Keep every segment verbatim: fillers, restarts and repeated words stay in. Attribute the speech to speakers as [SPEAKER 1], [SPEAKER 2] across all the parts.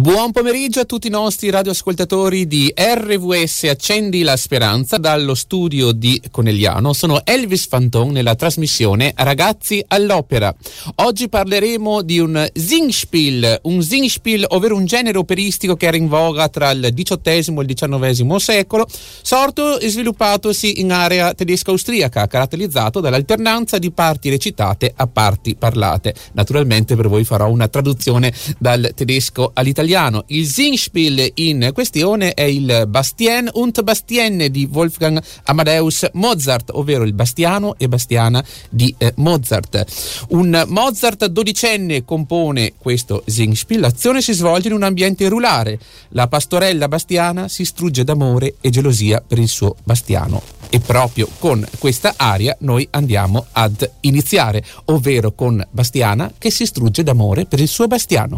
[SPEAKER 1] Buon pomeriggio a tutti i nostri radioascoltatori di R V S Accendi la Speranza dallo studio di Conegliano. Sono Elvis Fanton nella trasmissione Ragazzi all'Opera. Oggi parleremo di un Singspiel, un Singspiel, ovvero un genere operistico che era in voga tra il diciottesimo e il diciannovesimo secolo, sorto e sviluppatosi in area tedesco-austriaca, caratterizzato dall'alternanza di parti recitate a parti parlate. Naturalmente per voi farò una traduzione dal tedesco all'italiano. Il Singspiel in questione è il Bastien und Bastienne di Wolfgang Amadeus Mozart, ovvero il Bastiano e Bastiana di eh, Mozart. Un Mozart dodicenne compone questo Singspiel. L'azione si svolge in un ambiente rurale. La pastorella Bastiana si strugge d'amore e gelosia per il suo Bastiano. E proprio con questa aria noi andiamo ad iniziare, ovvero con Bastiana che si strugge d'amore per il suo Bastiano.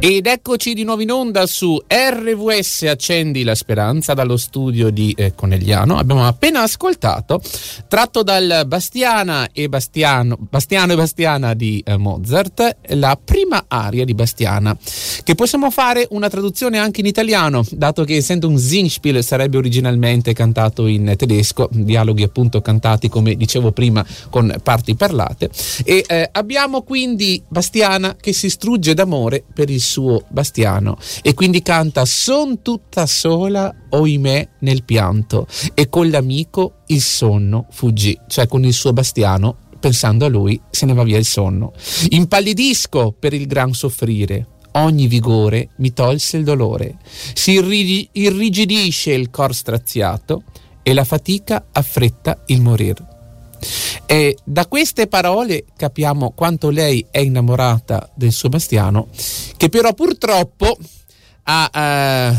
[SPEAKER 1] Ed eccoci di nuovo in onda su R V S Accendi la Speranza dallo studio di eh, Conegliano. Abbiamo appena ascoltato, tratto dal Bastiana e Bastiano, Bastiano e Bastiana di eh, Mozart, la prima aria di Bastiana, che possiamo fare una traduzione anche in italiano, dato che essendo un Singspiel sarebbe originalmente cantato in tedesco, dialoghi appunto cantati come dicevo prima con parti parlate, e eh, abbiamo quindi Bastiana che si strugge d'amore per il suo Bastiano e quindi canta: son tutta sola, oimè, nel pianto, e con l'amico il sonno fuggì, cioè con il suo Bastiano, pensando a lui, se ne va via il sonno. Impallidisco per il gran soffrire, ogni vigore mi tolse il dolore, si irrigi- irrigidisce il cor straziato e la fatica affretta il morir. E da queste parole capiamo quanto lei è innamorata del suo Bastiano, che però purtroppo ha eh,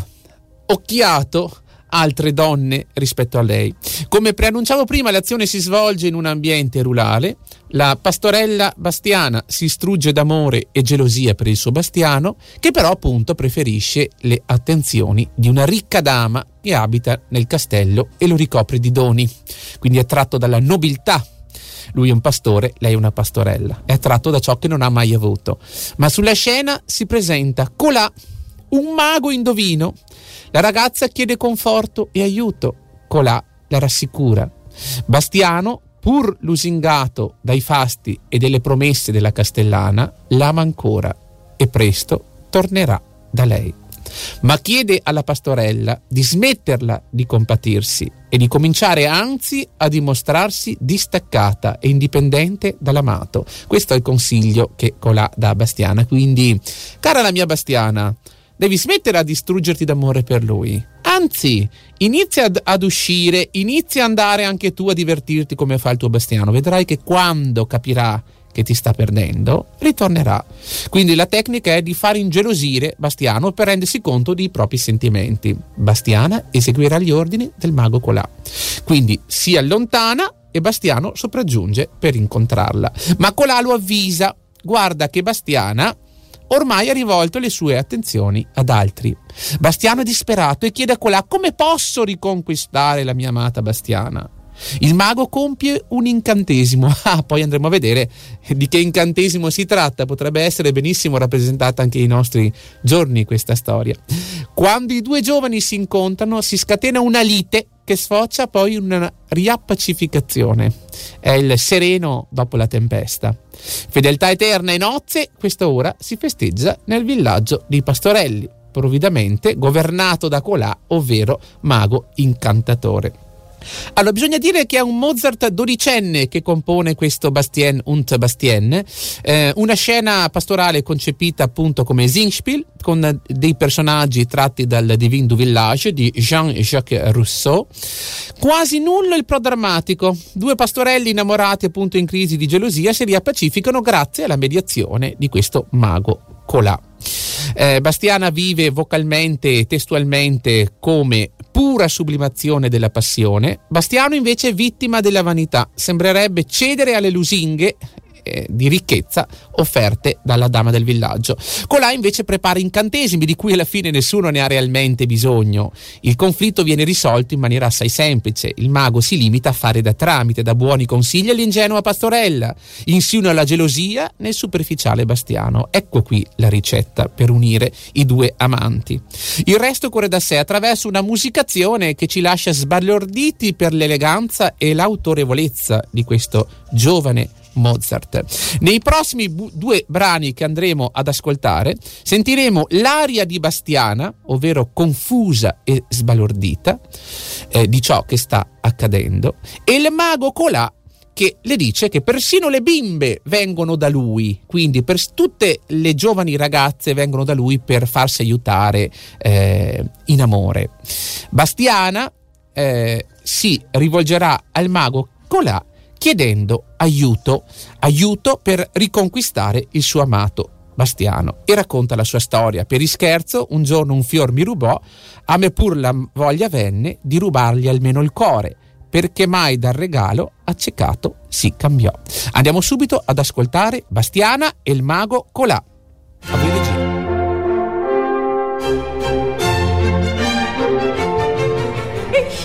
[SPEAKER 1] occhiato altre donne rispetto a lei. Come preannunciavo prima, l'azione si svolge in un ambiente rurale. La pastorella Bastiana si strugge d'amore e gelosia per il suo Bastiano, che però appunto preferisce le attenzioni di una ricca dama che abita nel castello e lo ricopre di doni, quindi è attratto dalla nobiltà. Lui è un pastore, lei è una pastorella, è attratto da ciò che non ha mai avuto. Ma sulla scena si presenta colà, un mago indovino. La ragazza chiede conforto e aiuto, colà la rassicura. Bastiano, pur lusingato dai fasti e delle promesse della castellana, l'ama ancora e presto tornerà da lei. Ma chiede alla pastorella di smetterla di compatirsi e di cominciare anzi a dimostrarsi distaccata e indipendente dall'amato. Questo è il consiglio che colà dà a Bastiana. Quindi, cara la mia Bastiana, devi smettere a distruggerti d'amore per lui. Anzi, inizia ad, ad uscire, inizia ad andare anche tu a divertirti come fa il tuo Bastiano. Vedrai che quando capirà che ti sta perdendo, ritornerà. Quindi la tecnica è di far ingelosire Bastiano per rendersi conto dei propri sentimenti. Bastiana eseguirà gli ordini del mago colà. Quindi si allontana e Bastiano sopraggiunge per incontrarla. Ma colà lo avvisa: guarda che Bastiana ormai ha rivolto le sue attenzioni ad altri. Bastiano è disperato e chiede a colà: come posso riconquistare la mia amata Bastiana? Il mago compie un incantesimo. Ah, poi andremo a vedere di che incantesimo si tratta. Potrebbe essere benissimo rappresentata anche nei nostri giorni questa storia. Quando i due giovani si incontrano, si scatena una lite che sfocia poi in una riappacificazione. È il sereno dopo la tempesta. Fedeltà eterna e nozze, questa ora si festeggia nel villaggio dei pastorelli, provvidamente governato da colà, ovvero mago incantatore. Allora, bisogna dire che è un Mozart dodicenne che compone questo Bastien und Bastien, eh, una scena pastorale concepita appunto come Singspiel, con dei personaggi tratti dal Divin du Village di Jean-Jacques Rousseau. Quasi nullo il prodrammatico. Due pastorelli innamorati appunto in crisi di gelosia si riappacificano grazie alla mediazione di questo mago colà. Eh, Bastiana vive vocalmente e testualmente come pura sublimazione della passione. Bastiano invece è vittima della vanità, sembrerebbe cedere alle lusinghe eh, di ricchezza offerte dalla dama del villaggio. Colà invece prepara incantesimi di cui alla fine nessuno ne ha realmente bisogno. Il conflitto viene risolto in maniera assai semplice. Il mago si limita a fare da tramite, da buoni consigli all'ingenua pastorella, insinua la gelosia nel superficiale Bastiano. Ecco qui la ricetta per unire i due amanti. Il resto corre da sé attraverso una musicazione che ci lascia sbalorditi per l'eleganza e l'autorevolezza di questo giovane Mozart. Nei prossimi bu- due brani che andremo ad ascoltare sentiremo l'aria di Bastiana, ovvero confusa e sbalordita eh, di ciò che sta accadendo, e il mago colà che le dice che persino le bimbe vengono da lui, quindi per tutte le giovani ragazze vengono da lui per farsi aiutare eh, in amore. Bastiana eh, si rivolgerà al mago colà chiedendo aiuto, aiuto per riconquistare il suo amato Bastiano, e racconta la sua storia. Per ischerzo, un giorno un fior mi rubò, a me pur la voglia venne di rubargli almeno il cuore, perché mai dal regalo accecato si cambiò. Andiamo subito ad ascoltare Bastiana e il mago colà. A voi regia.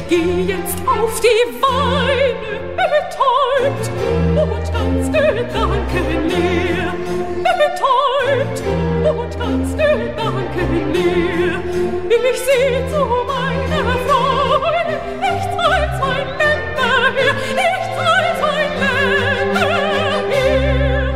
[SPEAKER 2] geh jetzt auf die Weide, betäubt und ganz gedankenleer, betäubt und ganz gedankenleer. Ich seh zu meiner Freude, ich zahl zwei Länder her, ich zahl zwei Länder her.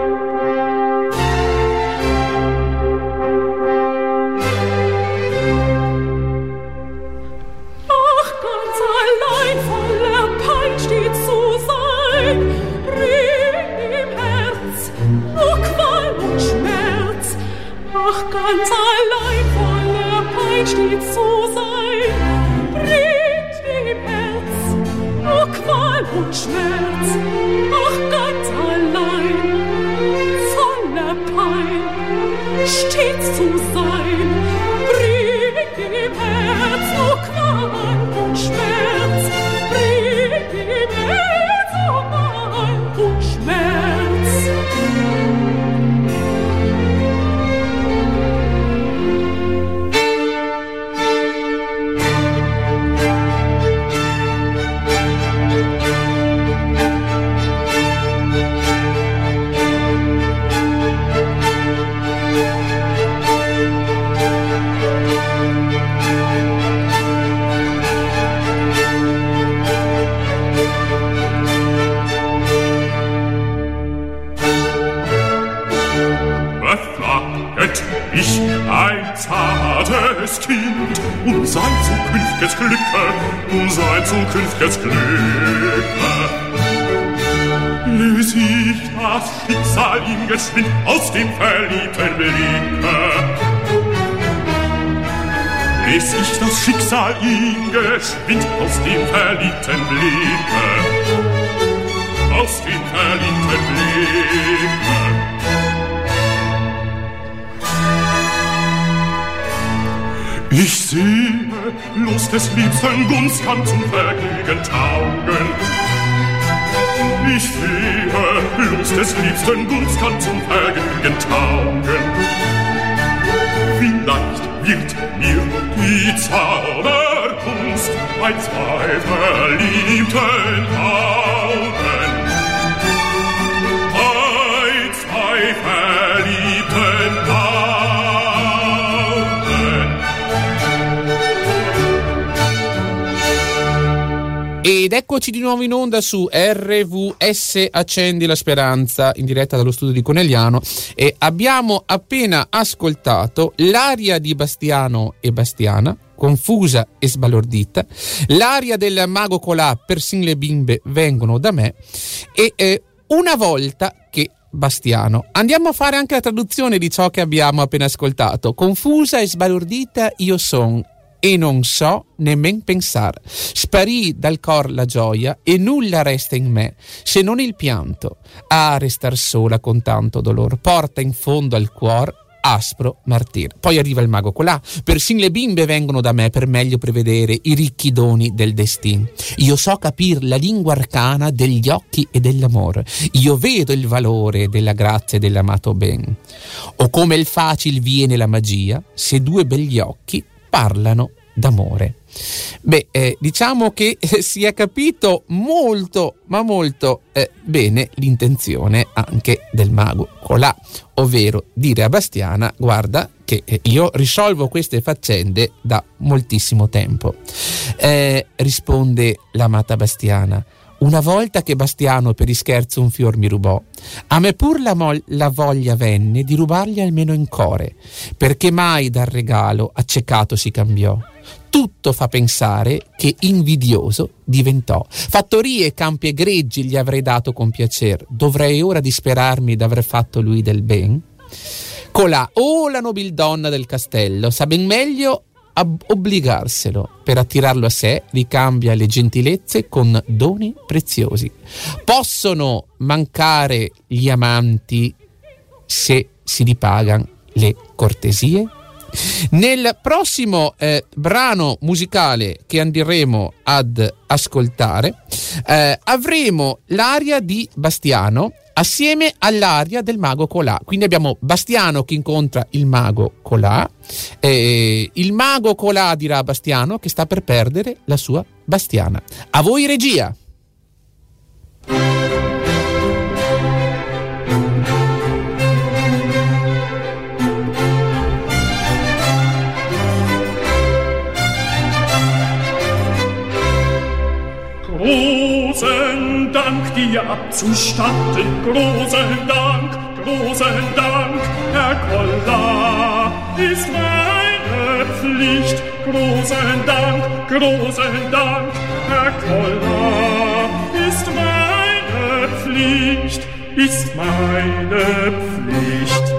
[SPEAKER 2] Ach, ganz allein voller Pein steht zu sein, bring im Herz nur Qual und Schmerz. Ach, ganz allein voller Pein steht zu sein, bringt im Herz nur Qual und Schmerz. Ach, ganz allein voller Pein steht zu sein, bringt im Herz nur Qual und Schmerz, bringt im Herz nur Qual und Schmerz.
[SPEAKER 3] Ich, ein zartes Kind, um sein zukünftiges Glücke, um sein zukünftiges Glücke. Lös ich das Schicksal ihm geschwind aus dem verliebten Blicke. Lös ich das Schicksal ihm geschwind aus dem verliebten Blicke. Aus dem verliebten Blicke. Ich sehe, Lust des liebsten Gunst kann zum Vergnügen taugen. Ich sehe, Lust des liebsten Gunst kann zum Vergnügen taugen. Vielleicht wird mir die Zauberkunst bei zwei verliebten Augen, bei zwei verliebten Augen.
[SPEAKER 1] Ed eccoci di nuovo in onda su R V S Accendi la Speranza, in diretta dallo studio di Conegliano, e abbiamo appena ascoltato l'aria di Bastiano e Bastiana, confusa e sbalordita, l'aria del Mago Colà, Persin le bimbe vengono da me, e eh, una volta che Bastiano. Andiamo a fare anche la traduzione di ciò che abbiamo appena ascoltato. Confusa e sbalordita io son, e non so nemmen pensar. Sparì dal cor la gioia e nulla resta in me se non il pianto. Ah, restar sola con tanto dolor porta in fondo al cuor aspro martir. Poi arriva il Mago Colà. Persin le bimbe vengono da me per meglio prevedere i ricchi doni del destin. Io so capir la lingua arcana degli occhi e dell'amore. Io vedo il valore della grazia e dell'amato ben. O come il facil viene la magia se due begli occhi parlano d'amore. Beh, eh, diciamo che eh, si è capito molto, ma molto eh, bene l'intenzione anche del Mago Colà, ovvero dire a Bastiana: guarda che eh, io risolvo queste faccende da moltissimo tempo. Eh, risponde l'amata Bastiana: una volta che Bastiano per ischerzo un fior mi rubò, a me pur la, mo- la voglia venne di rubargli almeno in core, perché mai dal regalo accecato si cambiò. Tutto fa pensare che invidioso diventò. Fattorie e campi e greggi gli avrei dato con piacer. Dovrei ora disperarmi d'aver fatto lui del ben? Colà, o oh, la nobildonna del castello, sa ben meglio ab- obbligarselo. Per attirarlo a sé ricambia le gentilezze con doni preziosi. Possono mancare gli amanti se si ripagano le cortesie? Nel prossimo eh, brano musicale che andremo ad ascoltare eh, avremo l'aria di Bastiano assieme all'aria del Mago Colà. Quindi abbiamo Bastiano che incontra il Mago Colà, eh, il Mago Colà dirà a Bastiano che sta per perdere la sua Bastiana. A voi regia!
[SPEAKER 3] Großen Dank dir abzustatten, großen Dank, großen Dank, Herr Koller, ist meine Pflicht. Großen Dank, großen Dank, Herr Koller, ist meine Pflicht, ist meine Pflicht.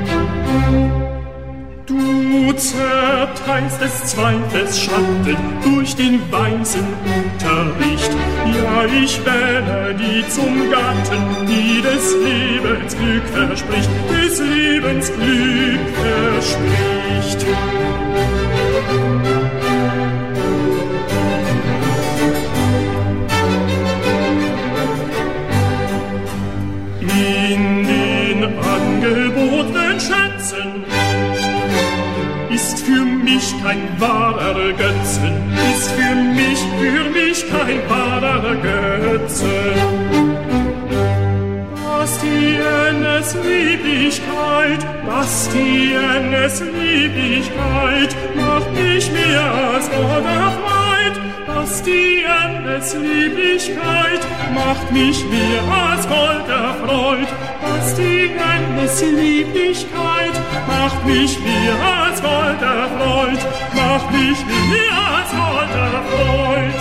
[SPEAKER 3] Du zerteilst des Zweifels Schatten durch den weisen Unterricht. Ja, ich wähle die zum Gatten, die des Lebens Glück verspricht, des Lebens Glück verspricht. In den angebotenen Schätzen ist für mich kein wahrer Götzen, ist für mich, für mich kein wahrer Götzen. Bastianes Lieblichkeit, Bastianes Lieblichkeit, macht mich mehr als Gott erfreut. Bastianes Lieblichkeit, macht mich mehr als Gold erfreut. Bastianes Lieblichkeit, macht mich mehr als Gold erfreut. Macht mich mehr als Gold erfreut.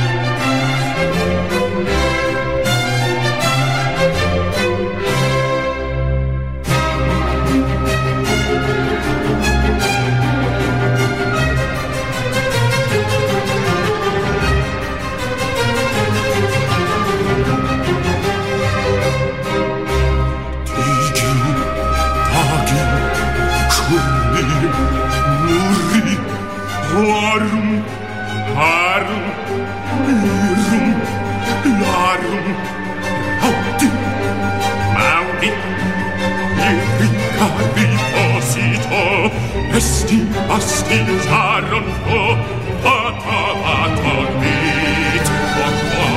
[SPEAKER 3] Harum, harum, lurum, larum, hauti, maudi, lirica riposito, esti, asti, saron, fo, pata, pata, mit, pata,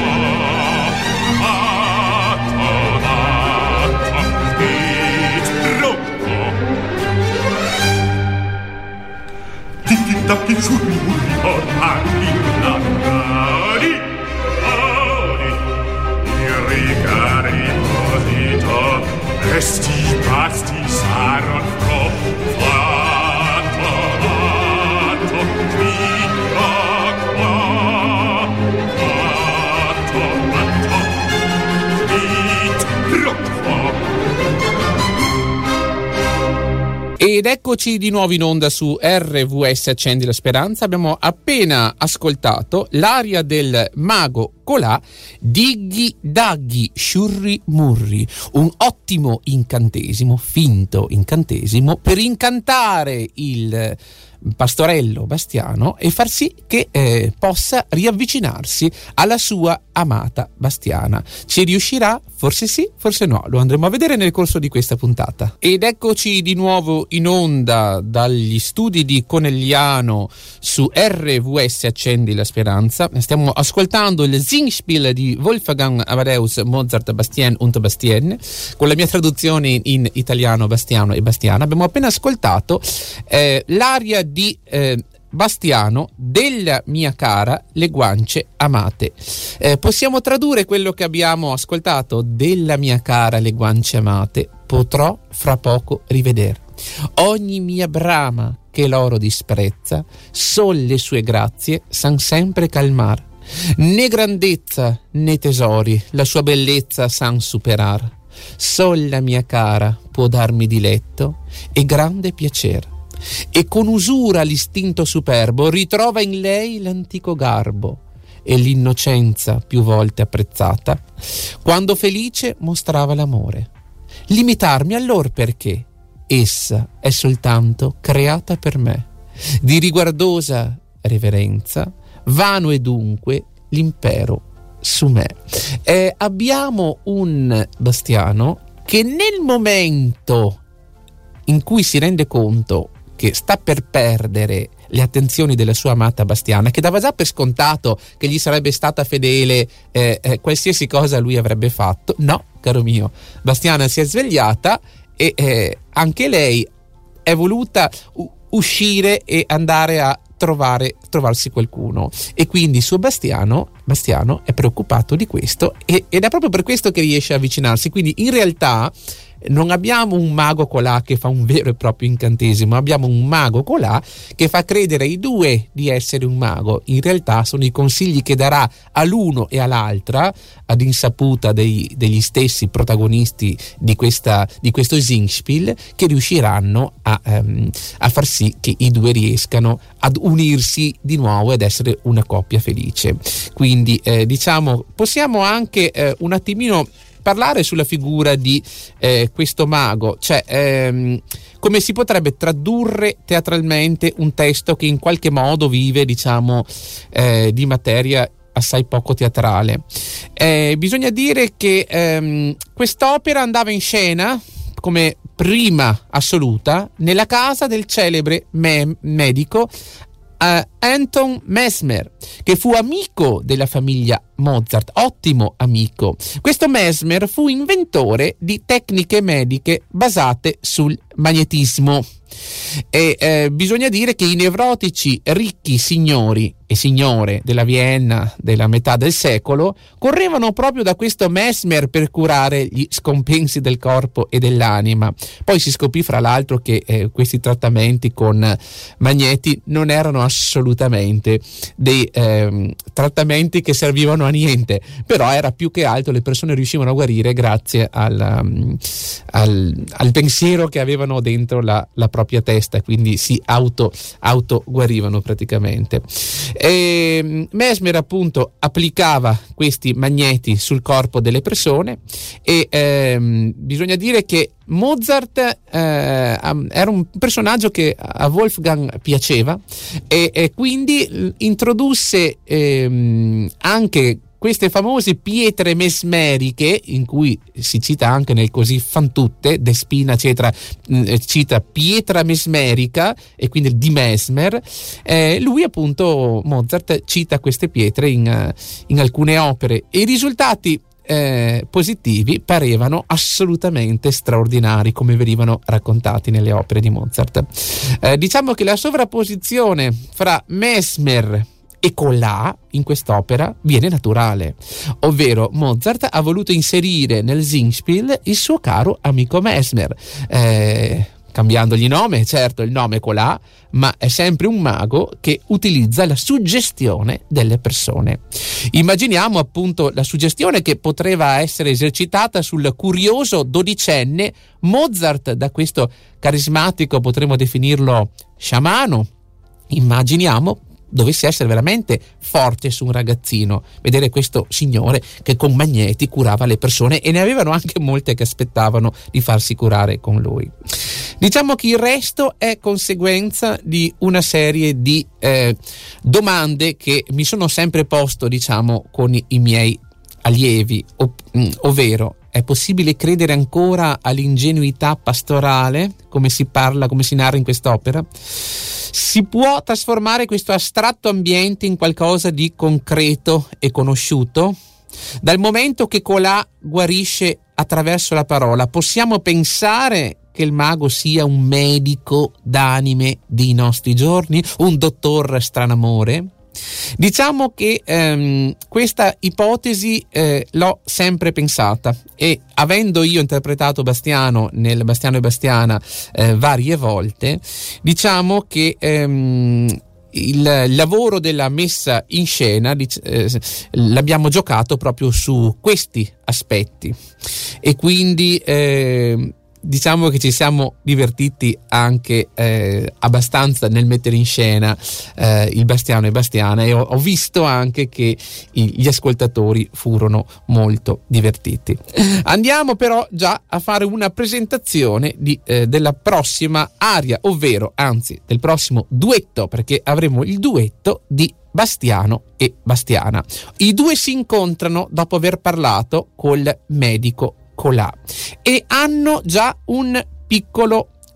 [SPEAKER 3] pata, pata, mit, rocco. Tiki-taki, shuri-muri, ormani, lagari, ori, irrigari, posito, esti, pasti, saron, fo, fato, lato, quita, qua, fato, lato, quit, rocco.
[SPEAKER 1] Ed eccoci di nuovo in onda su R V S Accendi la Speranza. Abbiamo appena ascoltato l'aria del mago Colà, Dighi Daghi Shurri Murri, un ottimo incantesimo, finto incantesimo, per incantare il pastorello Bastiano e far sì che eh, possa riavvicinarsi alla sua amata Bastiana. Ci riuscirà? Forse sì, forse no, lo andremo a vedere nel corso di questa puntata. Ed eccoci di nuovo in onda dagli studi di Conegliano su R V S Accendi la Speranza. Stiamo ascoltando il Singspiel di Wolfgang Amadeus Mozart Bastien und Bastienne, con la mia traduzione in italiano Bastiano e Bastiana. Abbiamo appena ascoltato eh, l'aria di eh, Bastiano, della mia cara le guance amate. Eh, possiamo tradurre quello che abbiamo ascoltato? Della mia cara le guance amate, potrò fra poco rivedere. Ogni mia brama che l'oro disprezza, sol le sue grazie san sempre calmar. Né grandezza né tesori la sua bellezza san superar. Sol la mia cara può darmi diletto e grande piacere. E con usura l'istinto superbo ritrova in lei l'antico garbo e l'innocenza più volte apprezzata, quando felice mostrava l'amore. Limitarmi allor perché essa è soltanto creata per me, di riguardosa reverenza, vano è dunque l'impero su me. Eh, abbiamo un Bastiano che nel momento in cui si rende conto che sta per perdere le attenzioni della sua amata Bastiana, che dava già per scontato che gli sarebbe stata fedele, eh, eh, qualsiasi cosa lui avrebbe fatto. No, caro mio, Bastiana si è svegliata e eh, anche lei è voluta u- uscire e andare a trovare trovarsi qualcuno, e quindi suo Bastiano Bastiano è preoccupato di questo e, ed è proprio per questo che riesce a avvicinarsi. Quindi in realtà non abbiamo un mago colà che fa un vero e proprio incantesimo, abbiamo un mago colà che fa credere ai due di essere un mago. In realtà sono i consigli che darà all'uno e all'altra, ad insaputa dei, degli stessi protagonisti di, questa, di questo Singspiel, che riusciranno a, um, a far sì che i due riescano ad unirsi di nuovo ed essere una coppia felice. Quindi eh, diciamo possiamo anche eh, un attimino parlare sulla figura di eh, questo mago, cioè ehm, come si potrebbe tradurre teatralmente un testo che in qualche modo vive, diciamo, eh, di materia assai poco teatrale. Eh, bisogna dire che ehm, quest'opera andava in scena come prima assoluta nella casa del celebre me- medico Uh, Anton Mesmer, che fu amico della famiglia Mozart, ottimo amico. Questo Mesmer fu inventore di tecniche mediche basate sul magnetismo. E eh, bisogna dire che i nevrotici ricchi signori e signore della Vienna della metà del secolo correvano proprio da questo Mesmer per curare gli scompensi del corpo e dell'anima. Poi si scoprì fra l'altro che eh, questi trattamenti con magneti non erano assolutamente dei eh, trattamenti che servivano a niente, però era più che altro le persone riuscivano a guarire grazie al, um, al, al pensiero che avevano dentro la, la propria testa, quindi si auto, auto guarivano praticamente. E Mesmer appunto applicava questi magneti sul corpo delle persone e ehm, bisogna dire che Mozart eh, era un personaggio che a Wolfgang piaceva e, e quindi introdusse ehm, anche queste famose pietre mesmeriche, in cui si cita anche nel Così fan tutte, De Spina eccetera, cita pietra mesmerica e quindi di Mesmer. Eh, lui appunto, Mozart, cita queste pietre in, in alcune opere e i risultati Eh, positivi parevano assolutamente straordinari, come venivano raccontati nelle opere di Mozart. Eh, diciamo che la sovrapposizione fra Mesmer e Collà in quest'opera viene naturale, ovvero Mozart ha voluto inserire nel Singspiel il suo caro amico Mesmer, eh, cambiandogli nome, certo il nome è Collà, ma è sempre un mago che utilizza la suggestione delle persone. Immaginiamo appunto la suggestione che poteva essere esercitata sul curioso dodicenne Mozart, da questo carismatico, potremmo definirlo sciamano. Immaginiamo dovesse essere veramente forte su un ragazzino vedere questo signore che con magneti curava le persone, e ne avevano anche molte che aspettavano di farsi curare con lui. Diciamo che il resto è conseguenza di una serie di eh, domande che mi sono sempre posto, diciamo, con i, i miei allievi, ov- ovvero: è possibile credere ancora all'ingenuità pastorale, come si parla, come si narra in quest'opera? Si può trasformare questo astratto ambiente in qualcosa di concreto e conosciuto? Dal momento che colà guarisce attraverso la parola, possiamo pensare che il mago sia un medico d'anime dei nostri giorni, un dottor Stranamore? Diciamo che ehm, questa ipotesi eh, l'ho sempre pensata, e avendo io interpretato Bastiano nel Bastiano e Bastiana eh, varie volte, diciamo che ehm, il lavoro della messa in scena eh, l'abbiamo giocato proprio su questi aspetti, e quindi eh, diciamo che ci siamo divertiti anche eh, abbastanza nel mettere in scena eh, il Bastiano e Bastiana, e ho, ho visto anche che i, gli ascoltatori furono molto divertiti. Andiamo però già a fare una presentazione di, eh, della prossima aria, ovvero anzi del prossimo duetto, perché avremo il duetto di Bastiano e Bastiana. I due si incontrano dopo aver parlato col medico Collà e hanno già un piccolo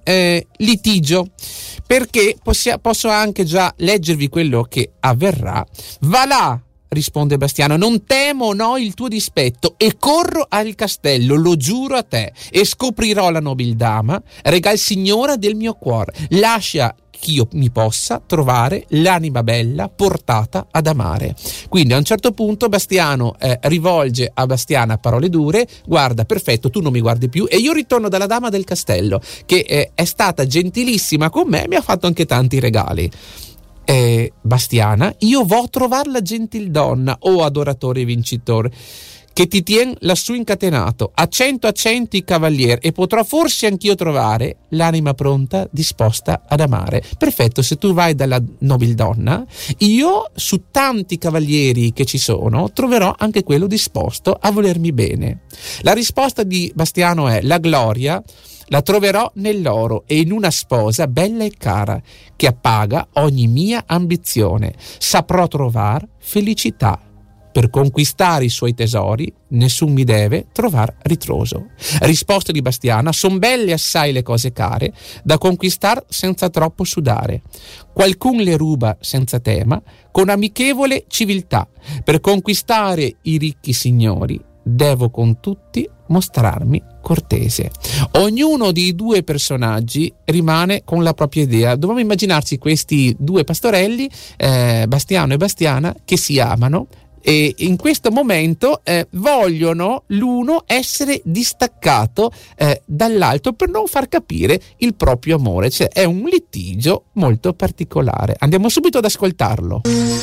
[SPEAKER 1] eh, litigio, perché possia, posso anche già leggervi quello che avverrà. Va là, risponde Bastiano, non temo no il tuo dispetto e corro al castello, lo giuro a te, e scoprirò la nobildama, regal signora del mio cuore, lascia ch'io mi possa trovare l'anima bella portata ad amare. Quindi a un certo punto Bastiano eh, rivolge a Bastiana parole dure: guarda, perfetto, tu non mi guardi più e io ritorno dalla dama del castello, che eh, è stata gentilissima con me e mi ha fatto anche tanti regali. Eh, Bastiana, io vo trovar la gentildonna, o adoratore vincitore, che ti tien lassù incatenato, a cento a cento i cavalier, e potrò forse anch'io trovare l'anima pronta, disposta ad amare. Perfetto, se tu vai dalla nobildonna, io su tanti cavalieri che ci sono troverò anche quello disposto a volermi bene. La risposta di Bastiano è: la gloria la troverò nell'oro e in una sposa bella e cara, che appaga ogni mia ambizione. Saprò trovar felicità. Per conquistare i suoi tesori nessun mi deve trovar ritroso. Risposta di Bastiana: son belle assai le cose care, da conquistar senza troppo sudare. Qualcun le ruba senza tema, con amichevole civiltà. Per conquistare i ricchi signori, devo con tutti mostrarmi cortese. Ognuno dei due personaggi rimane con la propria idea. Dobbiamo immaginarci questi due pastorelli, eh, Bastiano e Bastiana, che si amano, e in questo momento eh, vogliono l'uno essere distaccato eh, dall'altro per non far capire il proprio amore. Cioè è un litigio molto particolare. Andiamo subito ad ascoltarlo.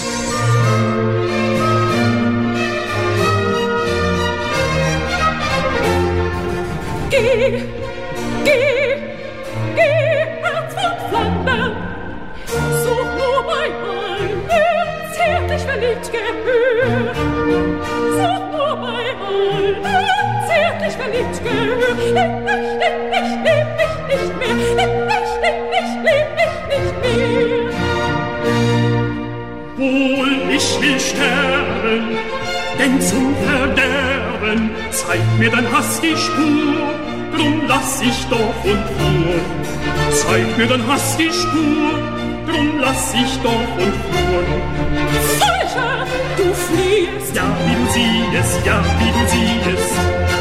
[SPEAKER 2] Geh, geh, geh, Herz von Flamme, such nur bei einem zärtlich verliebt Gehör. Such nur bei einem zärtlich verliebt Gehör. Lieb mich, lieb mich, lieb mich nicht mehr. Lieb mich, lieb mich, lieb mich nicht mehr.
[SPEAKER 3] Wohl, ich will sterben, denn zum Verderben zeigt mir dein Hass die Spur. Drum lass ich doch und fuhr. Zeig mir dein Hass die Spur. Drum lass ich doch und fuhr.
[SPEAKER 2] Falscher, du fliehst.
[SPEAKER 3] Ja, wie du siehst, ja, wie du siehst.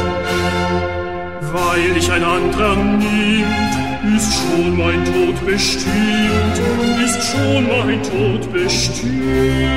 [SPEAKER 3] Weil ich ein anderer nimmt, ist schon mein Tod bestimmt. Ist schon mein Tod bestimmt.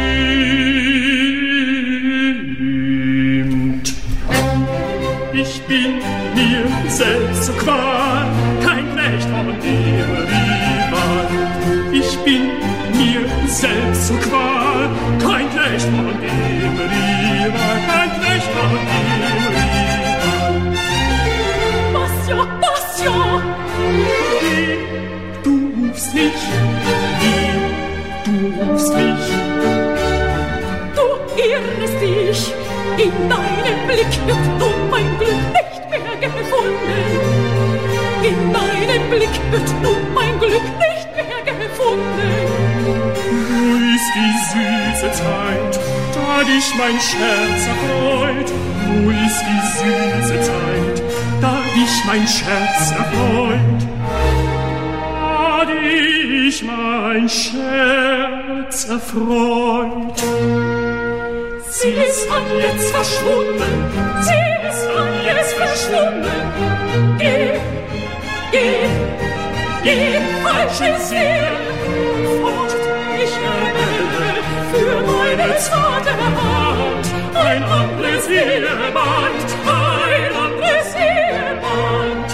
[SPEAKER 3] Ich bin mir selbst zu Qual, kein Knecht von dem Rival. Ich bin mir selbst zu Qual, kein Knecht von dem Rival, kein Knecht von dem Rival.
[SPEAKER 2] Was ja, was ja?
[SPEAKER 3] Wie, du rufst mich, wie, du rufst mich.
[SPEAKER 2] Du irrst dich, in deinem Blick wird nun mein Glück nicht mehr gefunden. In deinem Blick wird nun mein Glück nicht mehr gefunden.
[SPEAKER 3] Wo ist die süße Zeit, da dich mein Scherz erfreut? Wo ist die süße Zeit, da dich mein Scherz erfreut? Da dich mein Scherz erfreut.
[SPEAKER 2] Sie ist an jetzt verschwunden, sie ist an jetzt verschwunden. Geh, geh, geh, falsche Seele, fort, ich erwähle für meine zarte Hand ein anderes Eheband, ein anderes Eheband.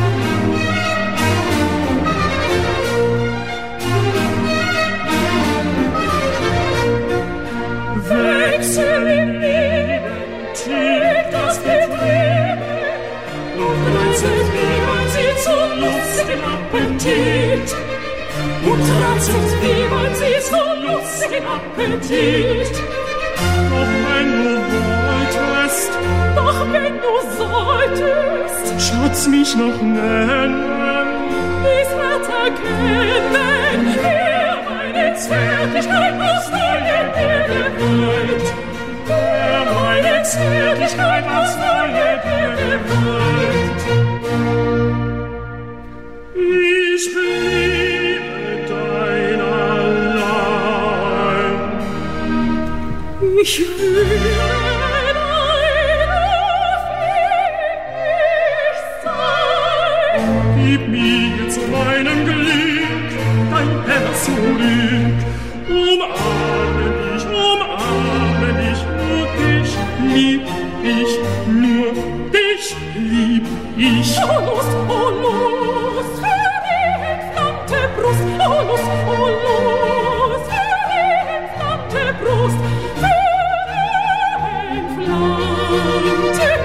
[SPEAKER 2] Wechsel im Leben, tilgt das Betriebe, und reizet wie man sie zum lustigen Appetit. Und reizet wie man sie zum lustigen Appetit.
[SPEAKER 3] Doch wenn du wolltest,
[SPEAKER 2] doch wenn du solltest,
[SPEAKER 3] Schatz, mich noch nennen,
[SPEAKER 2] dies wird erkennen, wer meine Zärtlichkeit aus neue Birne weiht. Wer meine Zärtlichkeit aus neue Birne weiht. Ich will
[SPEAKER 3] Gib mir zu meinem Glück dein Herz zurück. Umarme mich, umarme mich, nur dich lieb ich, nur dich lieb ich.
[SPEAKER 2] Oh, los, oh, los, für die entflammte Brust. Oh, los, oh, los, für die entflammte Brust. Für die entflammte Brust.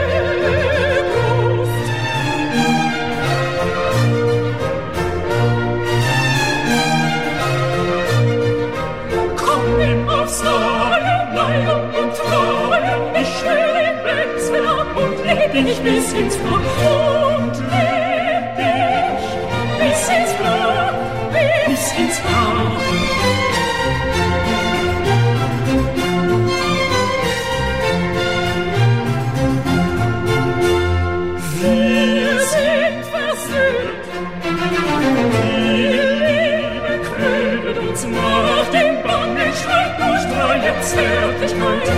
[SPEAKER 2] Ich bis ins Grab und leb dich bis ins Grab, bis ins Grab. Wir sind versöhnt, die Liebe krönt uns nach dem bangen Streit durch treue Zärtlichkeit.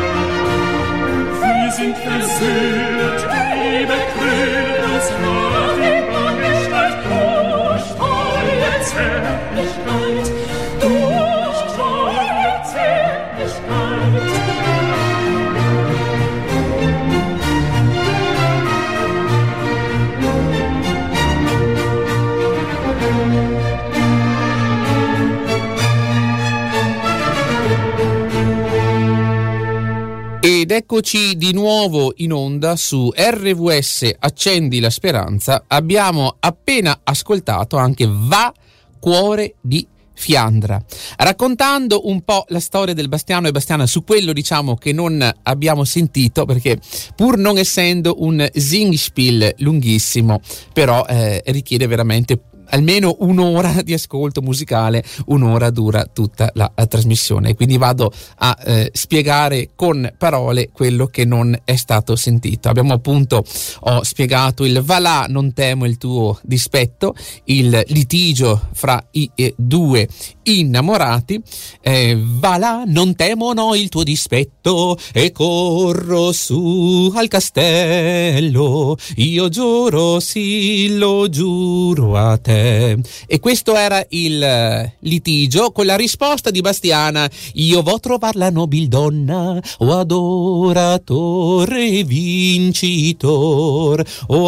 [SPEAKER 2] Wir sind versöhnt, Liebe krönt uns nach dem bangen Streit durch treue Zärtlichkeit, durch treue Zärtlichkeit.
[SPEAKER 1] Ed eccoci di nuovo in onda su R V S Accendi la Speranza. Abbiamo appena ascoltato anche Va Cuore di Fiandra, raccontando un po' la storia del Bastiano e Bastiana su quello, diciamo, che non abbiamo sentito, perché pur non essendo un Singspiel lunghissimo, però eh, richiede veramente almeno un'ora di ascolto musicale, un'ora dura tutta la, la trasmissione, quindi vado a eh, spiegare con parole quello che non è stato sentito. Abbiamo appunto, ho spiegato il va là, non temo il tuo dispetto, il litigio fra i eh, due innamorati, eh, va là, non temo no il tuo dispetto e corro su al castello, io giuro sì lo giuro a te. E questo era il litigio, con la risposta di Bastiana: io vo trovar la nobil donna, o adoratore vincitor, o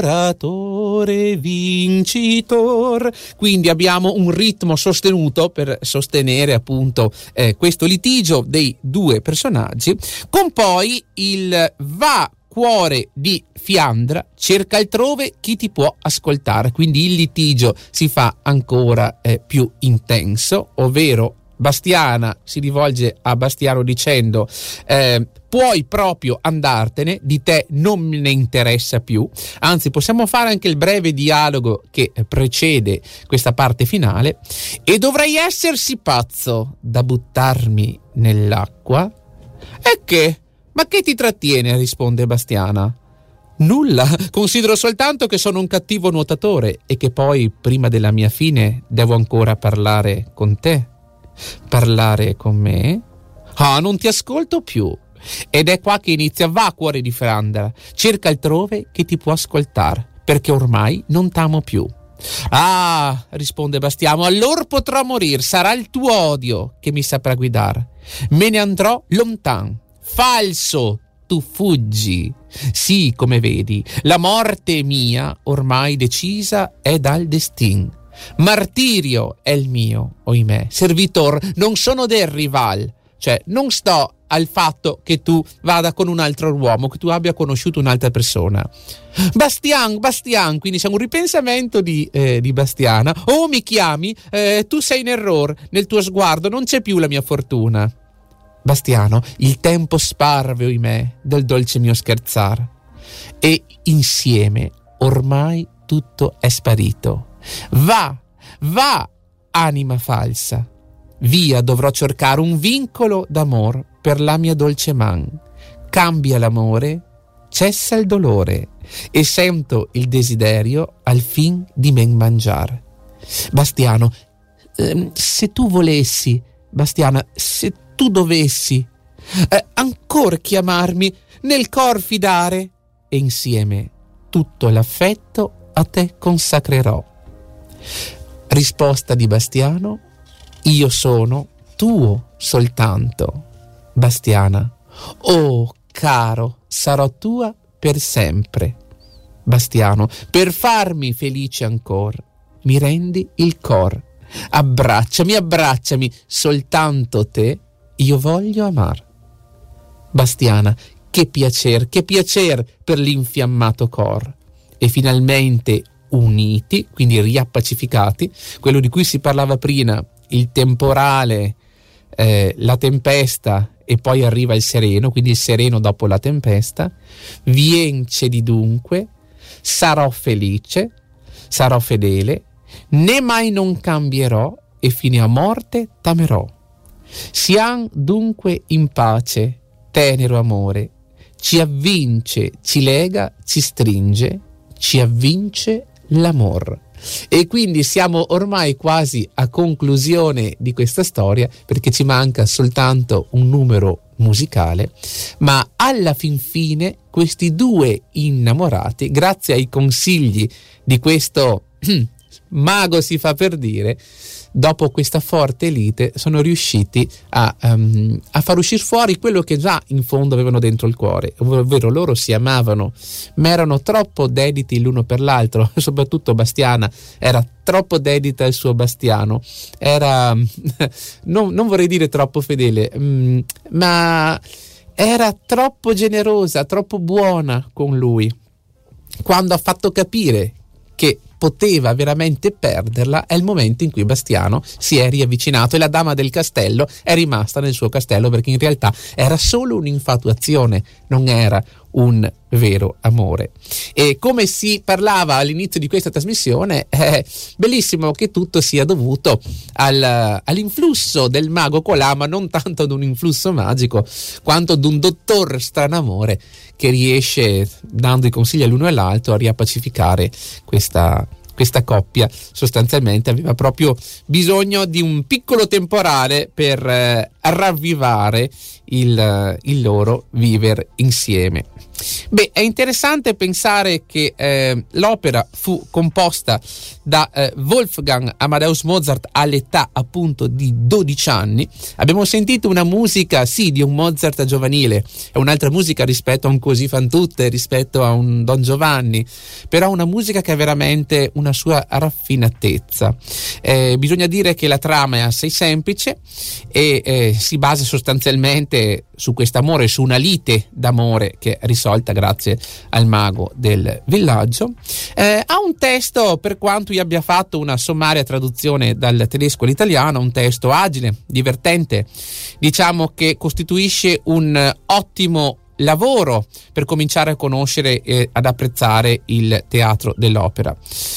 [SPEAKER 1] adoratore vincitor. Quindi abbiamo un ritmo sostenuto per sostenere appunto eh, questo litigio dei due personaggi, con poi il va cuore di Fiandra, cerca altrove chi ti può ascoltare. Quindi il litigio si fa ancora eh, più intenso, ovvero Bastiana si rivolge a Bastiano dicendo eh, puoi proprio andartene, di te non me ne interessa più. Anzi, possiamo fare anche il breve dialogo che precede questa parte finale. E dovrei essersi pazzo da buttarmi nell'acqua? E che? Ma che ti trattiene? Risponde Bastiana. Nulla, considero soltanto che sono un cattivo nuotatore e che poi, prima della mia fine, devo ancora parlare con te. Parlare con me? Ah, non ti ascolto più. Ed è qua che inizia Va cuore di Fiandra, cerca altrove che ti può ascoltare, perché ormai non t'amo più. Ah, risponde Bastiano, allora potrò morir, sarà il tuo odio che mi saprà guidare. Me ne andrò lontan. Falso, tu fuggi. Sì, come vedi, la morte mia, ormai decisa, è dal destin. Martirio è il mio, oimè, servitor, non sono del rival. Cioè, non sto al fatto che tu vada con un altro uomo, che tu abbia conosciuto un'altra persona. Bastian, Bastian, quindi c'è un ripensamento di, eh, di Bastiana. Oh, mi chiami? Eh, tu sei in errore, nel tuo sguardo non c'è più la mia fortuna. Bastiano, il tempo sparve, oimè, del dolce mio scherzar, e insieme ormai tutto è sparito. Va, va, anima falsa, via dovrò cercare un vincolo d'amor per la mia dolce man. Cambia l'amore, cessa il dolore, e sento il desiderio al fin di men mangiar. Bastiano, ehm, se tu volessi, Bastiana, se tu dovessi, eh, ancor chiamarmi, nel cor fidare, e insieme tutto l'affetto a te consacrerò. Risposta di Bastiano: io sono tuo soltanto. Bastiana: oh caro, sarò tua per sempre. Bastiano: per farmi felice ancor, mi rendi il cor. Abbracciami, abbracciami, soltanto te io voglio amar. Bastiana: che piacer, che piacer per l'infiammato cor. E finalmente uniti, quindi riappacificati, quello di cui si parlava prima, il temporale, eh, la tempesta, e poi arriva il sereno, quindi il sereno dopo la tempesta. Vincedi dunque, sarò felice, sarò fedele, né mai non cambierò, e fino a morte t'amerò. Siam dunque in pace, tenero amore, ci avvince, ci lega, ci stringe, ci avvince l'amor. E quindi siamo ormai quasi a conclusione di questa storia, perché ci manca soltanto un numero musicale, ma alla fin fine questi due innamorati, grazie ai consigli di questo mago si fa per dire, dopo questa forte lite sono riusciti a, um, a far uscire fuori quello che già in fondo avevano dentro il cuore, ovvero loro si amavano, ma erano troppo dediti l'uno per l'altro. Soprattutto Bastiana era troppo dedita al suo Bastiano, era non, non vorrei dire troppo fedele, um, ma era troppo generosa, troppo buona con lui. Quando ha fatto capire che poteva veramente perderla, è il momento in cui Bastiano si è riavvicinato e la dama del castello è rimasta nel suo castello, perché in realtà era solo un'infatuazione, non era un vero amore. E come si parlava all'inizio di questa trasmissione, è bellissimo che tutto sia dovuto al, all'influsso del mago Colà, ma non tanto ad un influsso magico quanto ad un dottor stranamore che riesce, dando i consigli all'uno e all'altro, a riappacificare questa questa coppia. Sostanzialmente aveva proprio bisogno di un piccolo temporale per eh, ravvivare il, il loro viver insieme. Beh, è interessante pensare che eh, l'opera fu composta da eh, Wolfgang Amadeus Mozart all'età appunto di dodici anni. Abbiamo sentito una musica, sì, di un Mozart giovanile, è un'altra musica rispetto a un Così fan tutte, rispetto a un Don Giovanni, però una musica che ha veramente una sua raffinatezza. Eh, bisogna dire che la trama è assai semplice e eh, si basa sostanzialmente su quest'amore, su una lite d'amore che è risolta grazie al mago del villaggio. Eh, ha un testo, per quanto io abbia fatto una sommaria traduzione dal tedesco all'italiano, un testo agile, divertente, diciamo che costituisce un ottimo lavoro per cominciare a conoscere e ad apprezzare il teatro dell'opera.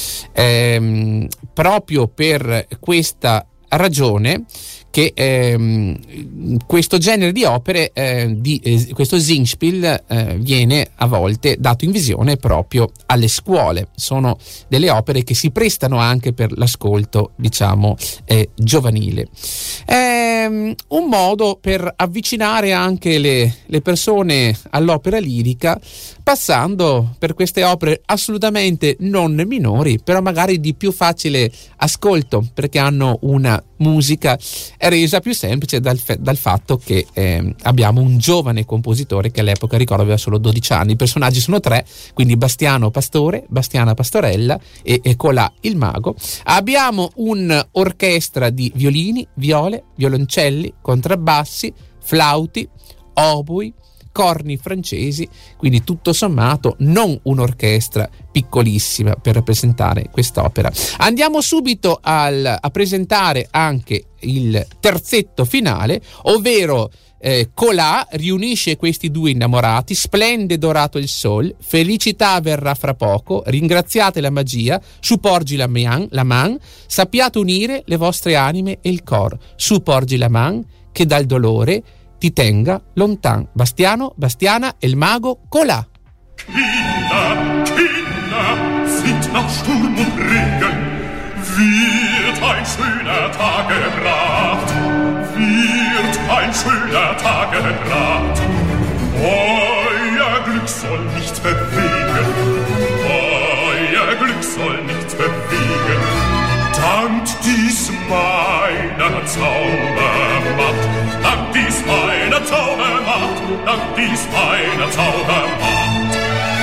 [SPEAKER 1] Eh, proprio per questa ragione che ehm, questo genere di opere, eh, di, eh, questo Singspiel eh, viene a volte dato in visione proprio alle scuole. Sono delle opere che si prestano anche per l'ascolto, diciamo, eh, giovanile. È un modo per avvicinare anche le, le persone all'opera lirica, passando per queste opere assolutamente non minori, però magari di più facile ascolto, perché hanno una musica resa più semplice dal, fe- dal fatto che eh, abbiamo un giovane compositore che all'epoca, ricordo, aveva solo dodici anni. I personaggi sono tre, quindi Bastiano Pastore, Bastiana Pastorella e, e Colà il mago. Abbiamo un'orchestra di violini, viole, violoncelli, contrabbassi, flauti, oboi, corni francesi, quindi tutto sommato non un'orchestra piccolissima per rappresentare quest'opera. Andiamo subito al, a presentare anche il terzetto finale, ovvero eh, Colà riunisce questi due innamorati, splende dorato il sol, felicità verrà fra poco, ringraziate la magia, su porgi la, man, la man, sappiate unire le vostre anime e il cor, su porgi la man, che dal dolore ti tenga lontan. Bastiano, Bastiana e il mago Colà.
[SPEAKER 3] Kinder, Kinder, sind nach Sturm und Regen, wird ein schöner Tag gebracht, wird ein schöner Tage gebracht. Euer Glück soll nichts bewegen, euer Glück soll nichts bewegen. Dank dies meiner Zaubermacht, dank dies meiner Zaubermacht, dank dies meiner Zaubermacht.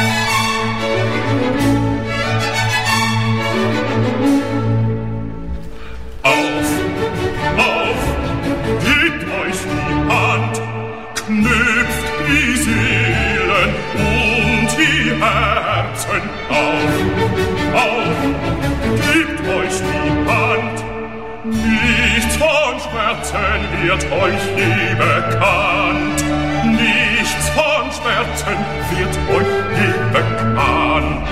[SPEAKER 3] Auf, auf, hebt euch die Hand, knüpft die Seelen und die Herzen auf, auf, gebt euch die Hand, nichts von Schmerzen wird euch je bekannt, nichts von Schmerzen wird euch je bekannt.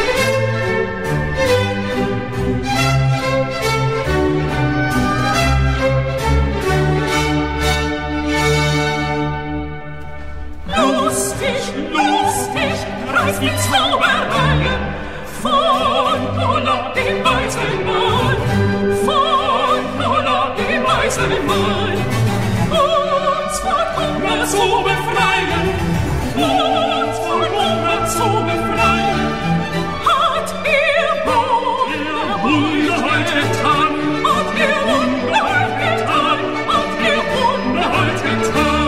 [SPEAKER 2] Lustig, lustig, reißt die Zauberreihe von Lola, dem Weißenmann, von Lola, dem Weißenmann, uns von Hunger zu befreien, uns von Hunger zu befreien, hat er Wunder, Wunder getan, hat er Wunder getan, hat er Wunder getan.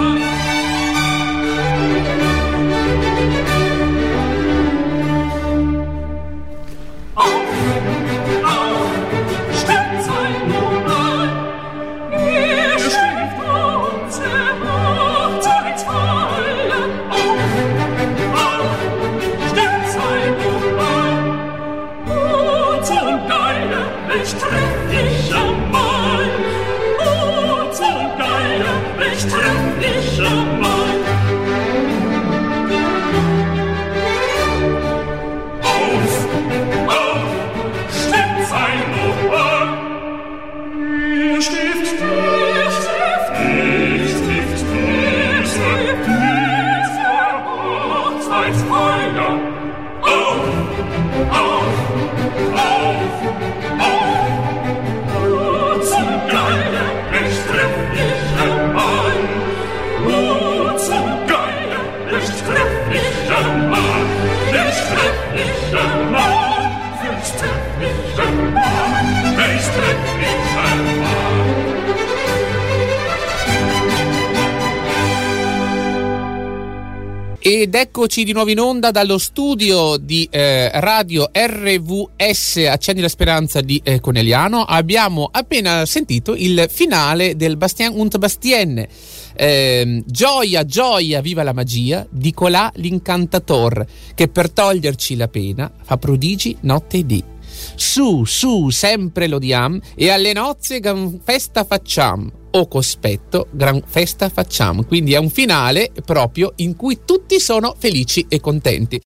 [SPEAKER 1] Ed eccoci di nuovo in onda dallo studio di eh, Radio R V S Accendi la Speranza di eh, Conegliano. Abbiamo appena sentito il finale del Bastien und Bastienne. Eh, gioia, gioia, viva la magia di colà l'incantator, che per toglierci la pena fa prodigi notte e dì. Su, su, sempre lodiam, e alle nozze gran festa facciam, o cospetto gran festa facciam. Quindi è un finale proprio in cui tutti sono felici e contenti.